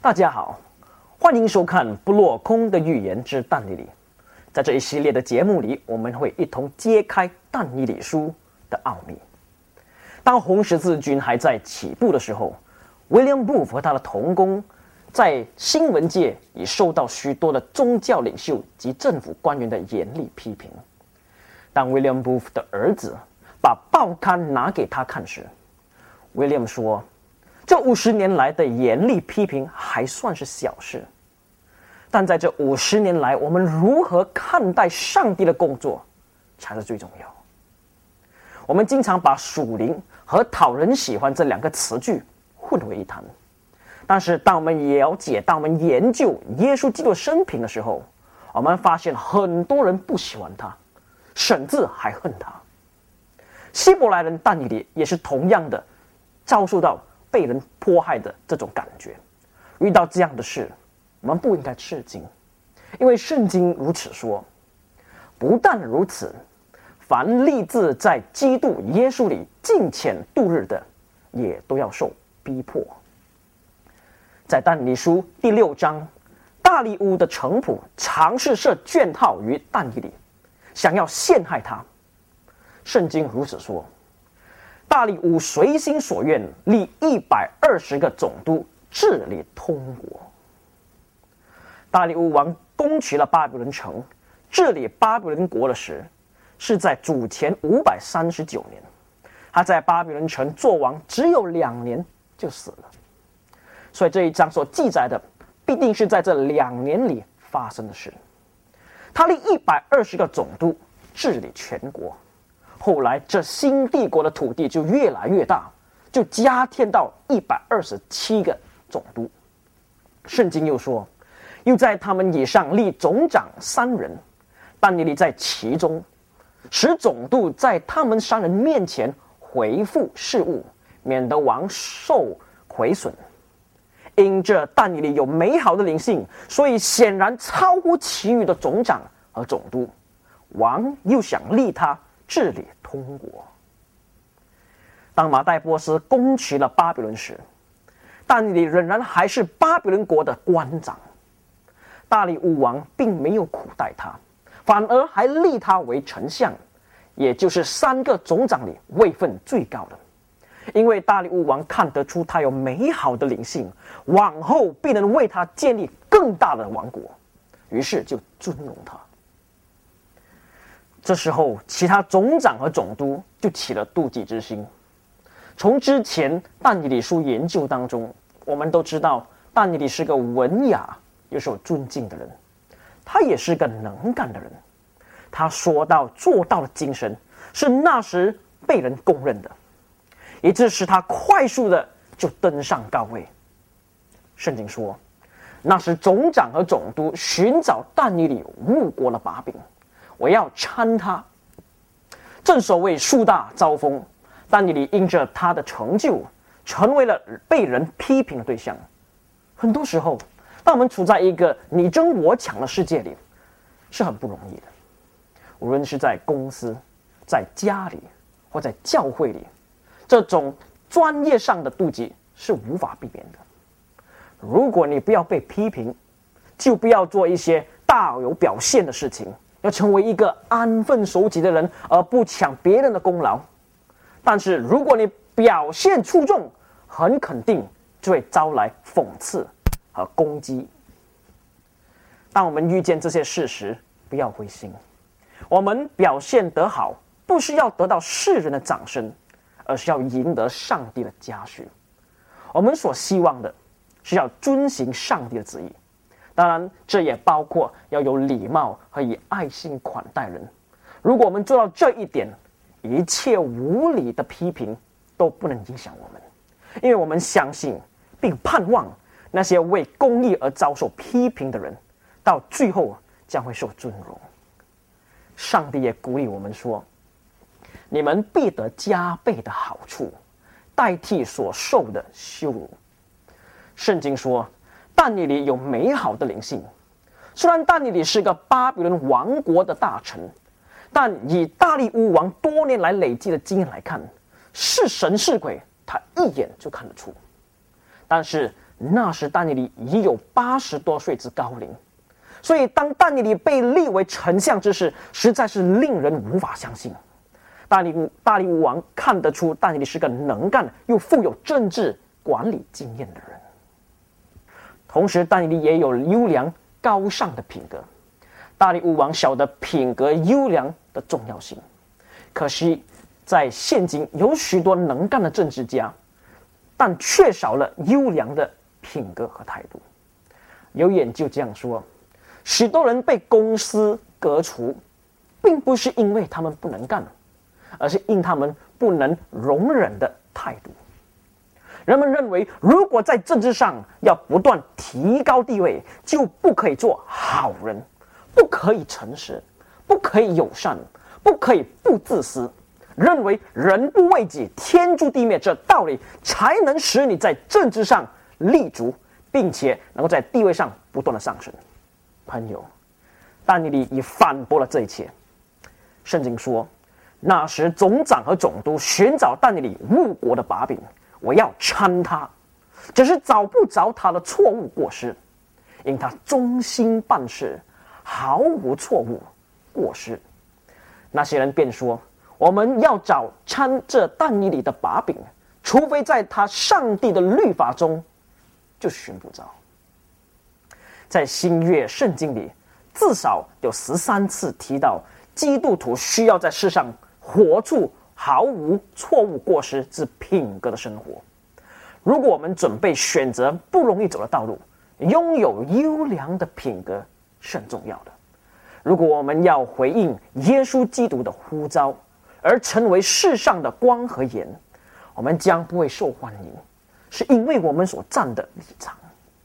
大家好，欢迎收看不落空的预言之但以理。在这一系列的节目里，我们会一同揭开但以理书的奥秘。当红十字军还在起步的时候， William Booth 和他的同工在新闻界已受到许多的宗教领袖及政府官员的严厉批评。当 William Booth 的儿子把报刊拿给他看时， William 说，这50年来的严厉批评还算是小事，但在这50年来，我们如何看待上帝的工作才是最重要。我们经常把属灵和讨人喜欢这两个词句混为一谈，但是当我们了解、当我们研究耶稣基督生平的时候，我们发现很多人不喜欢他，甚至还恨他。希伯来人但以理也是同样的遭受到被人迫害的这种感觉。遇到这样的事，我们不应该吃惊，因为圣经如此说。不但如此，凡立志在基督耶稣里敬虔度日的，也都要受逼迫。在但以理书第6章，大利乌的臣仆尝试设圈套于但以理，想要陷害他。圣经如此说，大利乌随心所愿立120个总督治理通国。大利乌王攻取了巴比伦城，治理巴比伦国的时，是在主前539年。他在巴比伦城做王只有2年就死了。所以这一章所记载的必定是在这2年里发生的事。他立120个总督治理全国。后来这新帝国的土地就越来越大，就加添到127个总督。圣经又说，又在他们以上立总长3人，但以理在其中，使总督在他们3人面前回复事务，免得王受毁损。因这但以理有美好的灵性，所以显然超乎其余的总长和总督。王又想立他治理通国。当马代波斯攻取了巴比伦时，但以理仍然还是巴比伦国的官长。大利乌王并没有苦待他，反而还立他为丞相，也就是3个总长里位分最高的。因为大利乌王看得出他有美好的灵性，往后必能为他建立更大的王国，于是就尊荣他。这时候，其他总长和总督就起了妒忌之心。从之前但以理书研究当中，我们都知道但以理是个文雅又受尊敬的人，他也是个能干的人，他说到做到的精神是那时被人公认的，以致使他快速的就登上高位。圣经说，那时总长和总督寻找但以理误国的把柄，我要参他。正所谓树大招风，但以理因着他的成就，成为了被人批评的对象。很多时候，当我们处在一个你争我抢的世界里，是很不容易的。无论是在公司、在家里或在教会里，这种专业上的妒忌是无法避免的。如果你不要被批评，就不要做一些大有表现的事情，要成为一个安分守己的人，而不抢别人的功劳。但是如果你表现出众，很肯定就会招来讽刺和攻击。当我们遇见这些事时，不要灰心。我们表现得好，不是要得到世人的掌声，而是要赢得上帝的嘉许。我们所希望的是要遵行上帝的旨意，当然这也包括要有礼貌和以爱心款待人。如果我们做到这一点，一切无理的批评都不能影响我们，因为我们相信并盼望那些为公义而遭受批评的人，到最后将会受尊荣。上帝也鼓励我们说，你们必得加倍的好处，代替所受的羞辱。圣经说，但以理有美好的灵性。虽然但以理是个巴比伦王国的大臣，但以大利乌王多年来累积的经验来看，是神是鬼，他一眼就看得出。但是那时但以理已有80多岁之高龄，所以当但以理被立为丞相之事，实在是令人无法相信。大利乌王看得出但以理是个能干又富有政治管理经验的人，同时但以理也有优良高尚的品格。大利乌王晓得品格优良的重要性，可惜在现今有许多能干的政治家，但缺少了优良的品格和态度。有研究这样说，许多人被公司革除，并不是因为他们不能干，而是因他们不能容忍的态度。人们认为，如果在政治上要不断提高地位，就不可以做好人，不可以诚实，不可以友善，不可以不自私。认为人不为己，天诛地灭这道理，才能使你在政治上立足，并且能够在地位上不断的上升。朋友，但以理已反驳了这一切。圣经说，那时总长和总督寻找但以理误国的把柄，我要参他，只是找不着他的错误过失，因他忠心办事，毫无错误过失。那些人便说，我们要找参这但以理的把柄，除非在他上帝的律法中就寻不着。在新约圣经里，至少有13次提到基督徒需要在世上活出毫无错误过失之品格的生活。如果我们准备选择不容易走的道路，拥有优良的品格是很重要的。如果我们要回应耶稣基督的呼召，而成为世上的光和盐，我们将不会受欢迎，是因为我们所站的立场。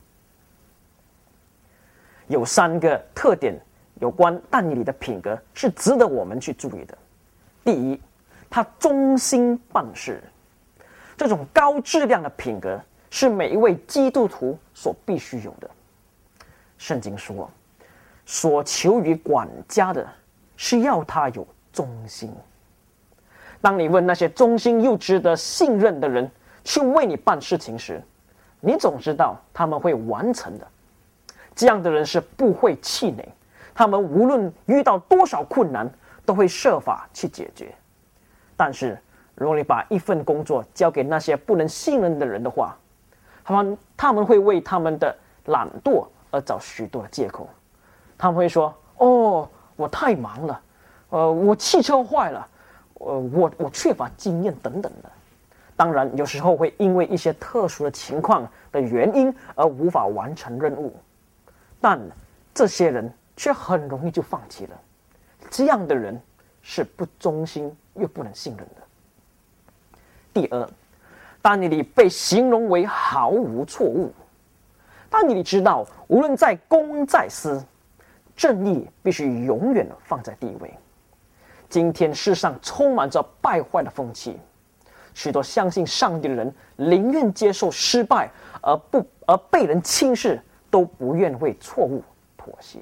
有3个特点有关但以理的品格是值得我们去注意的。第一，他忠心办事。这种高质量的品格是每一位基督徒所必须有的。圣经说，所求于管家的是要他有忠心。当你问那些忠心又值得信任的人去为你办事情时，你总知道他们会完成的。这样的人是不会气馁，他们无论遇到多少困难，都会设法去解决。但是如果你把一份工作交给那些不能信任的人的话，他们会为他们的懒惰而找许多的借口。他们会说，我太忙了，我汽车坏了，我缺乏经验等等的。当然有时候会因为一些特殊的情况的原因而无法完成任务，但这些人却很容易就放弃了。这样的人是不忠心又不能信任的。第二，但以理被形容为毫无错误。但以理知道，无论在公在私，正义必须永远放在第一位。今天世上充满着败坏的风气，许多相信上帝的人宁愿接受失败而被人轻视，都不愿为错误妥协。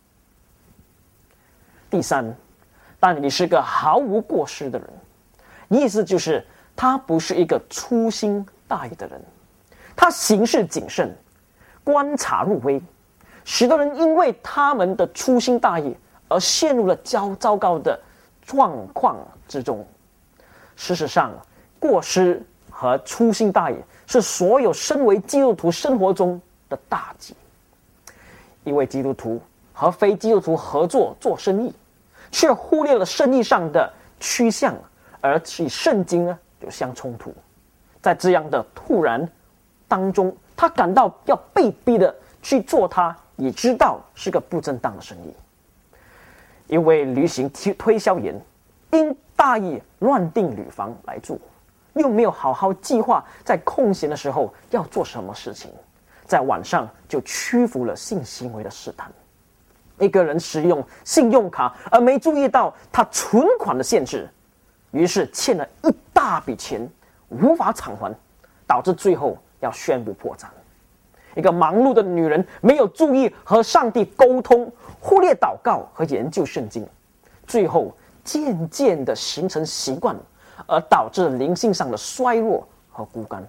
第三，但以理是个毫无过失的人，意思就是他不是一个粗心大意的人，他行事谨慎，观察入微。许多人因为他们的粗心大意而陷入了糟糕的状况之中。事实上，过失和粗心大意是所有身为基督徒生活中的大忌。一位基督徒和非基督徒合作做生意，却忽略了生意上的趋向，而与圣经有相冲突。在这样的突然当中，他感到要被逼的去做他也知道是个不正当的生意。一位旅行推销员因大意乱订旅房来住，又没有好好计划在空闲的时候要做什么事情，在晚上就屈服了性行为的试探。一个人使用信用卡而没注意到他存款的限制，于是欠了一大笔钱无法偿还，导致最后要宣布破产。一个忙碌的女人没有注意和上帝沟通，忽略祷告和研究圣经，最后渐渐地形成习惯，而导致灵性上的衰弱和枯干。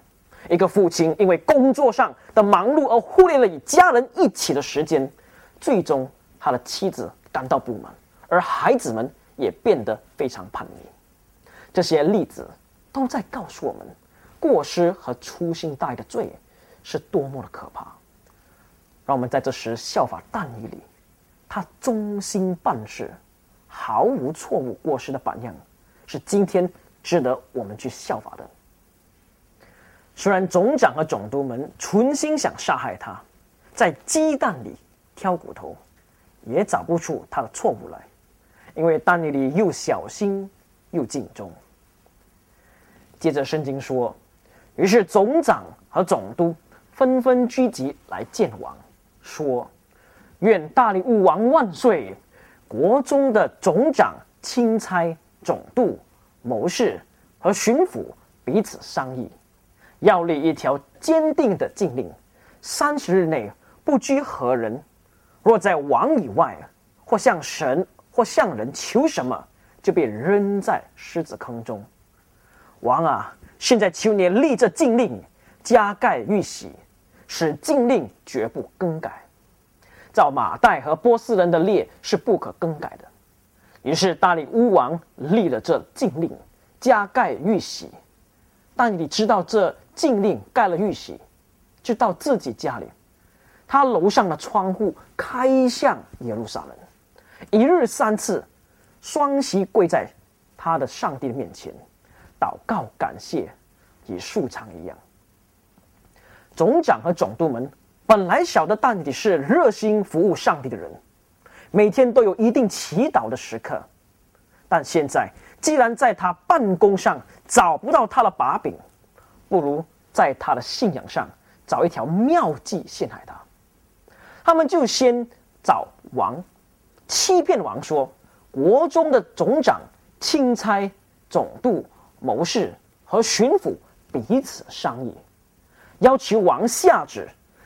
一个父亲因为工作上的忙碌而忽略了与家人一起的时间，最终他的妻子感到不满，而孩子们也变得非常叛逆。这些例子都在告诉我们，过失和粗心大意的罪是多么的可怕。让我们在这时效法但以理，他忠心办事，毫无错误过失的榜样，是今天值得我们去效法的。虽然总长和总督们存心想杀害他，在鸡蛋里挑骨头，也找不出他的错误来，因为但以理又小心又尽忠。接着圣经说，于是总长和总督纷纷聚集来见王，说：愿大利乌王万岁！国中的总长、钦差、总督、谋士和巡抚彼此商议，要立一条坚定的禁令：30日内不拘何人，若在王以外，或向神或向人求什么，就被扔在狮子坑中。王啊，现在求你立这禁令，加盖玉玺，使禁令绝不更改。照马代和波斯人的列是不可更改的。于是大利乌王立了这禁令，加盖玉玺。但你知道这禁令盖了玉玺，就到自己家里，他楼上的窗户开向耶路撒冷，一日3次，双膝跪在他的上帝的面前，祷告感谢，与素常一样。总长和总督们本来晓得但以理是热心服务上帝的人，每天都有一定祈祷的时刻，但现在既然在他办公上找不到他的把柄，不如在他的信仰上找一条妙计陷害他。他们就先找王，欺骗王说，国中的总长、钦差、总督、谋士和巡抚彼此商议，要求王下旨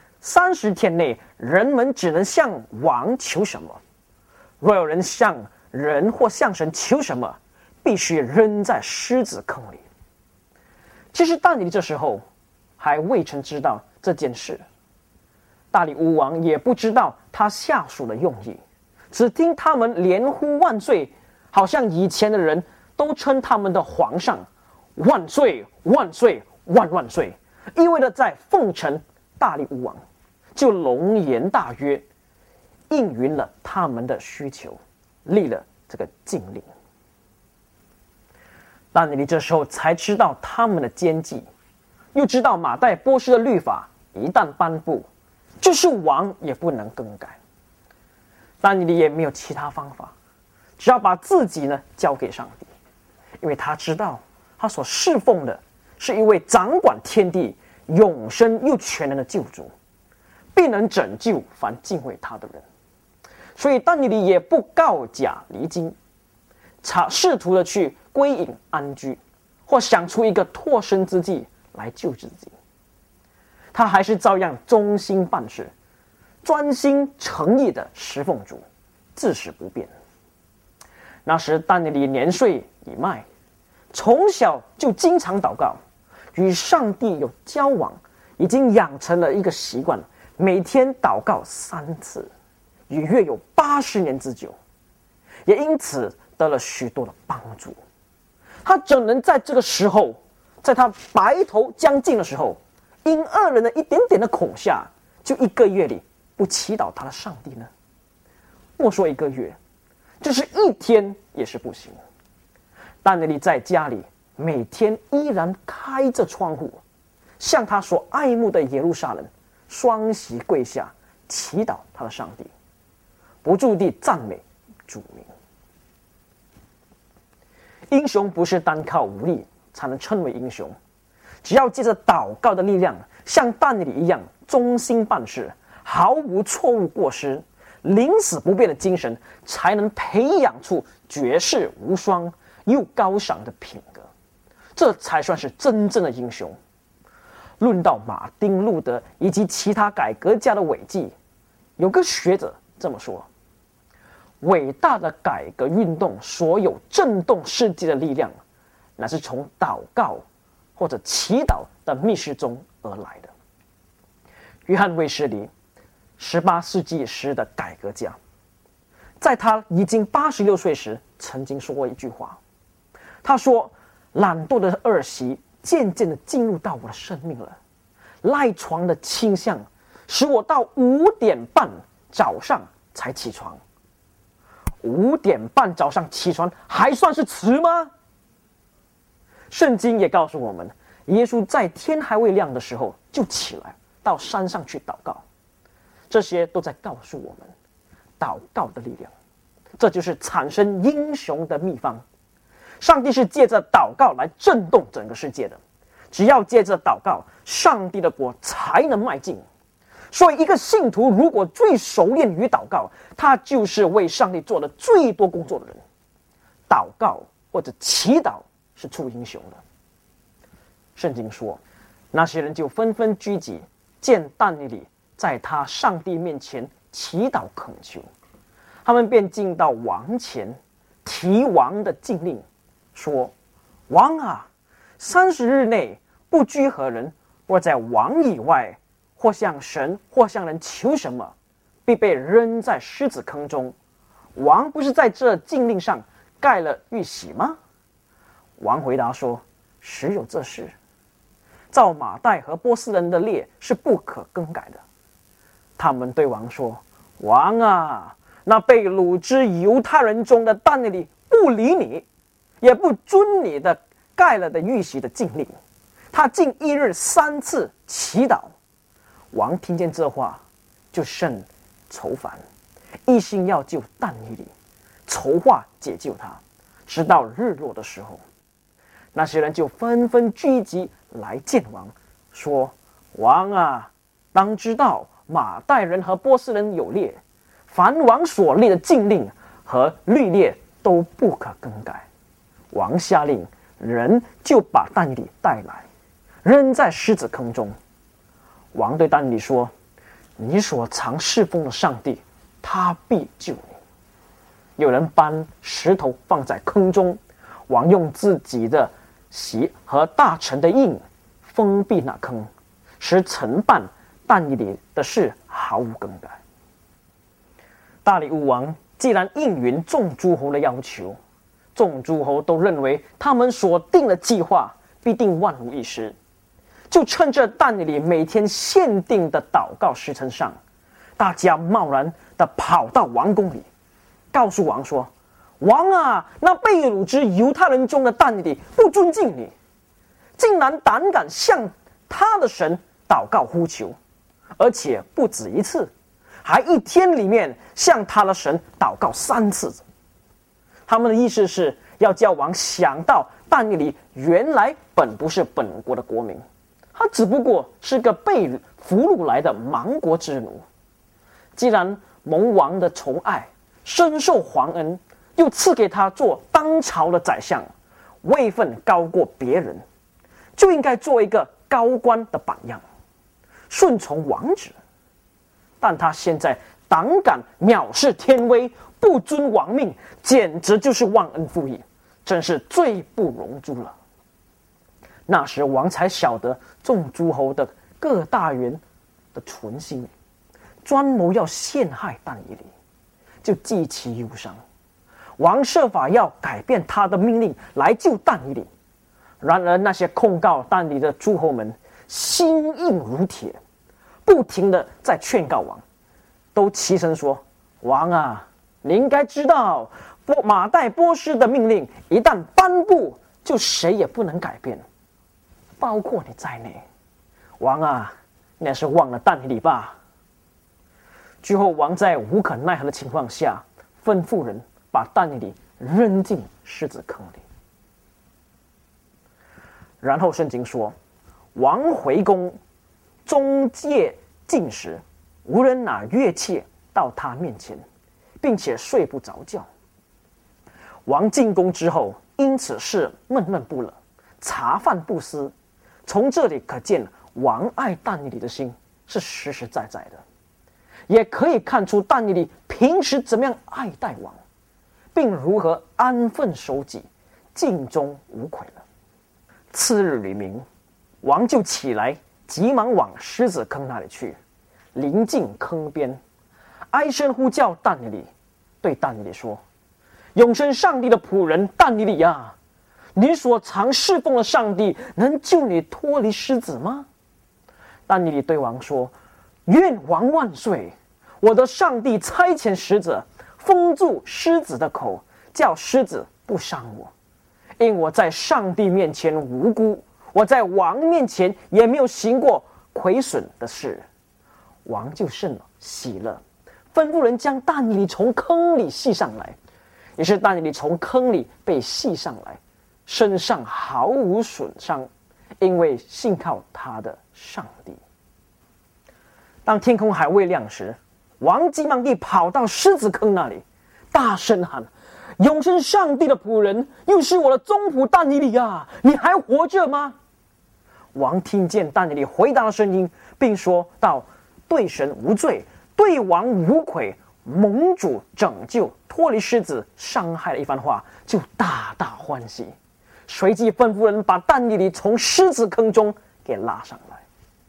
，30天内人们只能向王求什么，若有人向人或向神求什么，必须扔在狮子坑里。其实但以理这时候还未曾知道这件事，大利乌王也不知道他下属的用意，只听他们连呼万岁，好像以前的人都称他们的皇上万岁万岁万岁，意味着在奉承大利乌王，就龙颜大悦，应允了他们的需求，立了这个禁令。但以理这时候才知道他们的奸计，又知道马代波斯的律法一旦颁布，就是王也不能更改。但以理也没有其他方法，只要把自己呢交给上帝，因为他知道他所侍奉的是一位掌管天地、永生又全能的救主，必能拯救凡敬畏他的人。所以但以理也不告假离经，试图的去归隐安居，或想出一个脱身之计来救自己。他还是照样忠心办事，专心诚意的侍奉主，至死不变。那时但以理年岁已迈，从小就经常祷告，与上帝有交往，已经养成了一个习惯，每天祷告3次，也约有80年之久，也因此得了许多的帮助。他怎能在这个时候，在他白头将近的时候，因恶人的一点点的恐吓，就1个月里不祈祷他的上帝呢？莫说1个月，就是1天也是不行。但以理在家里每天依然开着窗户，向他所爱慕的耶路撒冷双膝跪下，祈祷他的上帝，不住地赞美主名。英雄不是单靠武力才能称为英雄，只要借着祷告的力量，像但以理一样忠心办事，毫无错误过失，临死不变的精神，才能培养出绝世无双又高尚的品格，这才算是真正的英雄。论到马丁·路德以及其他改革家的伟绩，有个学者这么说：伟大的改革运动所有震动世界的力量，乃是从祷告、 或者祈祷的密室中而来的。约翰卫斯理，18世纪时的改革家，在他已经86岁时，曾经说过一句话。他说：“懒惰的恶习渐渐地进入到我的生命了，赖床的倾向使我到5点半早上才起床。5点半早上起床还算是迟吗？”圣经也告诉我们，耶稣在天还未亮的时候就起来到山上去祷告。这些都在告诉我们祷告的力量，这就是产生英雄的秘方。上帝是借着祷告来震动整个世界的，只要借着祷告，上帝的国才能迈进。所以一个信徒如果最熟练于祷告，他就是为上帝做了最多工作的人。祷告或者祈祷是出英雄的。圣经说，那些人就纷纷聚集，见但以理在他上帝面前祈祷恳求，他们便进到王前，提王的禁令，说：“王啊，30日内不拘何人，或在王以外，或向神，或向人求什么，必被扔在狮子坑中。王不是在这禁令上盖了玉玺吗？”王回答说：“实有这事。照马代和波斯人的列是不可更改的。”他们对王说：“王啊，那被掳之犹太人中的但以理不理你，也不遵你的盖了的玉玺的禁令，他竟一日3次祈祷。”王听见这话，就甚愁烦，一心要救但以理，筹划解救他，直到日落的时候。那些人就纷纷聚集来见王，说：“王啊，当知道马代人和波斯人有列，凡王所立的禁令和律例都不可更改。”王下令，人就把但以理带来，扔在狮子坑中。王对但以理说：“你所常侍奉的上帝，他必救你。”有人搬石头放在坑中，王用自己的玺和大臣的印封闭那坑，使承办但以理的事毫无更改。大利乌王既然应允众诸侯的要求，众诸侯都认为他们所定的计划必定万无一失，就趁着但以理每天限定的祷告时辰上，大家贸然的跑到王宫里，告诉王说：“王啊，那被掳之犹太人中的但以理不尊敬你，竟然胆敢向他的神祷告呼求，而且不止一次，还一天里面向他的神祷告3次。”他们的意思是要叫王想到但以理原来本不是本国的国民，他只不过是个被俘虏来的亡国之奴。既然蒙王的宠爱，深受皇恩，又赐给他做当朝的宰相，位分高过别人，就应该做一个高官的榜样，顺从王旨。但他现在胆敢藐视天威，不遵王命，简直就是忘恩负义，真是罪不容诛了。那时王才晓得众诸侯的各大员的存心，专谋要陷害但以理，就极其忧伤。王设法要改变他的命令来救但以理，然而那些控告但以理的诸侯们心硬如铁，不停的在劝告王，都齐声说：“王啊，你应该知道，马代波斯的命令一旦颁布，就谁也不能改变，包括你在内。王啊，你还是忘了但以理吧。”最后王在无可奈何的情况下，吩咐人把但以理扔进狮子坑里。然后圣经说，王回宫，中戒禁食，无人拿乐器到他面前，并且睡不着觉。王进宫之后，因此是闷闷不乐，茶饭不思。从这里可见，王爱但以理的心是实实在在的，也可以看出但以理平时怎么样爱戴王，并如何安分守己，尽忠无愧了。 次日黎明，王就起来，急忙往狮子坑那里去。临近坑边，哀声呼叫但以理，对但以理说：“永生上帝的仆人但以理啊，你所常侍奉的上帝能救你脱离狮子吗？”但以理对王说：“愿王万岁！我的上帝差遣使者封住狮子的口，叫狮子不伤我，因我在上帝面前无辜，我在王面前也没有行过亏损的事。”王就甚喜乐，吩咐人将但以理从坑里系上来。于是但以理从坑里被系上来，身上毫无损伤，因为信靠他的上帝。当天空还未亮时，王急忙地跑到狮子坑那里，大声喊：“永生上帝的仆人，又是我的宗仆但以理啊，你还活着吗？”王听见但以理回答的声音，并说道：“对神无罪，对王无愧，蒙主拯救，脱离狮子伤害了一番话，就大大欢喜。随即吩咐人把但以理从狮子坑中给拉上来。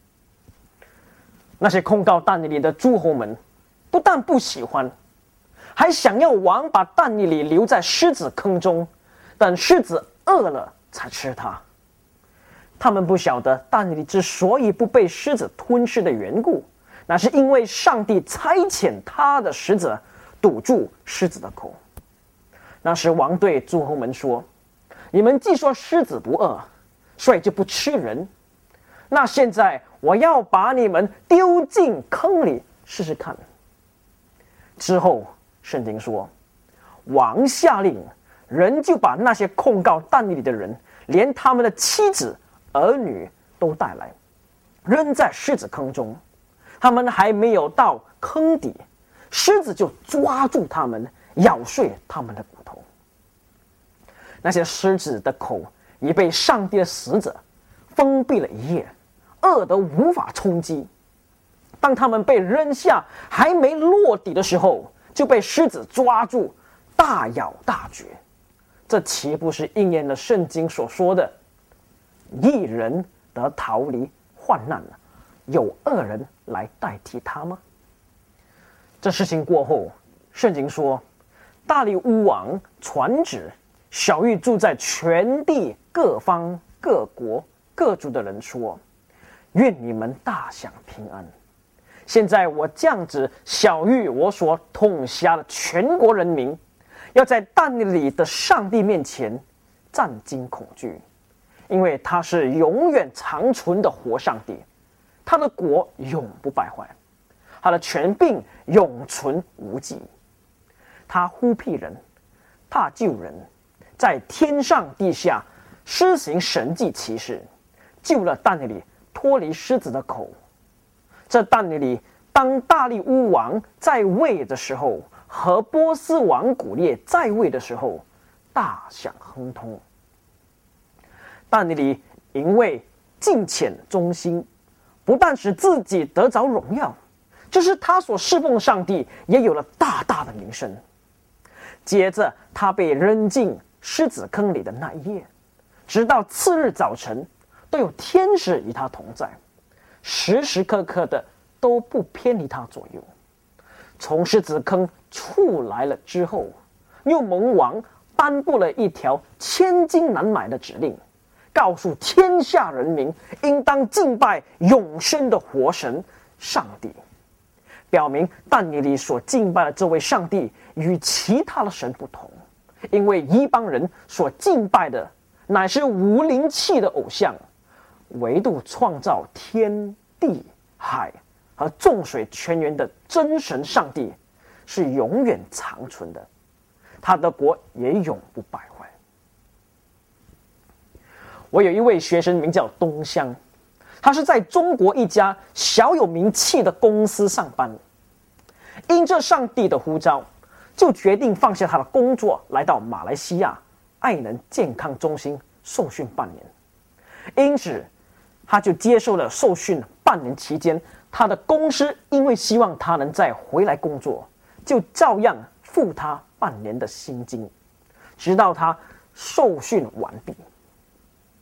那些控告但以理的诸侯们，不但不喜欢，还想要王把但以理留在狮子坑中，等狮子饿了才吃他。他们不晓得但以理之所以不被狮子吞噬的缘故，那是因为上帝差遣他的使者堵住狮子的口。那时王对诸侯们说：“你们既说狮子不饿，所以就不吃人，那现在我要把你们丢进坑里试试看。”之后圣经说，王下令，人就把那些控告但以理的人，连他们的妻子儿女都带来，扔在狮子坑中。他们还没有到坑底，狮子就抓住他们，咬碎他们的骨头。那些狮子的口已被上帝的使者封闭了一夜，饿得无法充饥。当他们被扔下还没落底的时候，就被狮子抓住，大咬大嚼。这岂不是应验了圣经所说的“一人得逃离患难了，有恶人来代替他吗？”这事情过后，圣经说，大利乌王传旨，晓谕住在全地各方各国各族的人说：“愿你们大享平安。现在我降旨晓谕我所统辖的全国人民，要在但以理的上帝面前战惊恐惧，因为他是永远长存的活上帝，他的国永不败坏，他的权柄永存无际。他呼辟人，他救人，在天上地下施行神迹奇事，救了但以理脱离狮子的口。这但以理当大利乌王在位的时候，和波斯王古列在位的时候，大享亨通。但以理因为敬虔忠心，不但使自己得着荣耀，就是他所侍奉的上帝也有了大大的名声。接着他被扔进狮子坑里的那一夜，直到次日早晨，都有天使与他同在，时时刻刻的都不偏离他左右。从狮子坑出来了之后，又蒙王颁布了一条千金难买的指令，告诉天下人民应当敬拜永生的活神上帝，表明但以理所敬拜的这位上帝与其他的神不同，因为异邦人所敬拜的乃是无灵气的偶像，唯独创造天地海和众水泉源的真神上帝是永远长存的，他的国也永不败坏。我有一位学生名叫东乡，他是在中国一家小有名气的公司上班，因这上帝的呼召，就决定放下他的工作，来到马来西亚爱能健康中心受训半年。因此他就接受了受训半年期间，他的公司因为希望他能再回来工作，就照样付他半年的薪金，直到他受训完毕。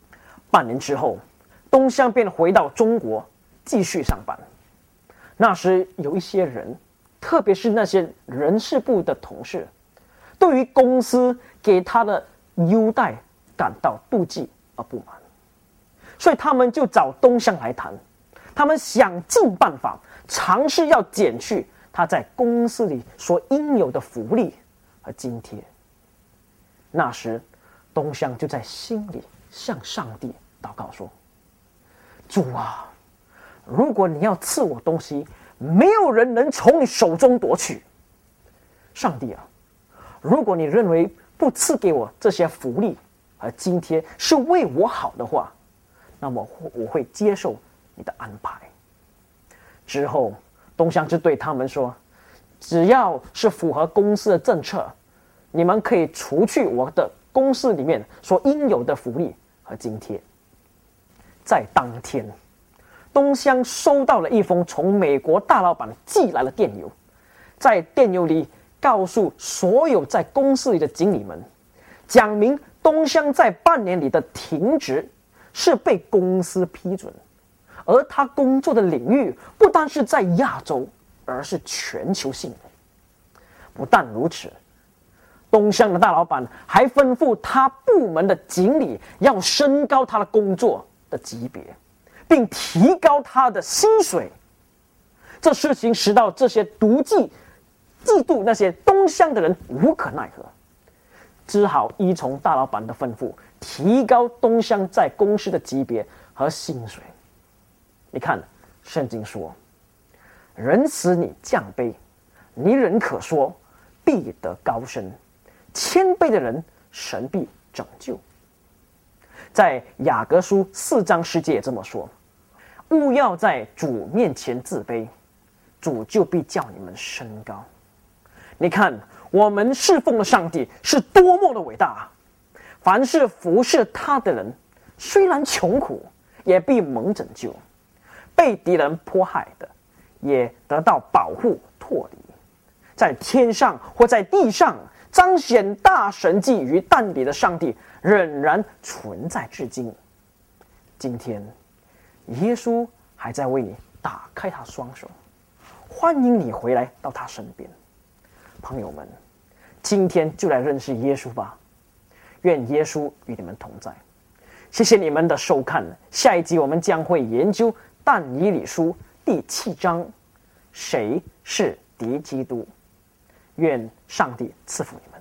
半年之后，东乡便回到中国继续上班。那时有一些人，特别是那些人事部的同事，对于公司给他的优待感到妒忌而不满，所以他们就找东乡来谈。他们想尽办法尝试要减去他在公司里所应有的福利和津贴。那时东乡就在心里向上帝祷告说：主啊，如果你要赐我东西，没有人能从你手中夺取。上帝啊，如果你认为不赐给我这些福利和津贴是为我好的话，那么我会接受你的安排。之后东乡就对他们说：只要是符合公司的政策，你们可以除去我的公司里面所应有的福利和津贴。在当天，东乡收到了一封从美国大老板寄来的电邮，在电邮里告诉所有在公司里的经理们，讲明东乡在半年里的停职是被公司批准，而他工作的领域不单是在亚洲，而是全球性的。不但如此，东乡的大老板还吩咐他部门的经理要升高他的工作的级别，并提高他的薪水。这事情使到这些嫉妒那些东乡的人无可奈何，只好依从大老板的吩咐，提高东乡在公司的级别和薪水。你看，圣经说：人使你降卑，你仍可说必得高升；谦卑的人，神必拯救。在雅各书4章10节也这么说：勿要在主面前自卑，主就必叫你们升高。你看，我们侍奉的上帝是多么的伟大啊！凡是服侍他的人，虽然穷苦，也必蒙拯救；被敌人迫害的，也得到保护脱离。在天上或在地上彰显大神迹于但以理的上帝，仍然存在至今。今天，耶稣还在为你打开他双手，欢迎你回来到他身边。朋友们，今天就来认识耶稣吧。愿耶稣与你们同在。谢谢你们的收看，下一集我们将会研究但以理书第7章，谁是敌基督？愿上帝赐福你们。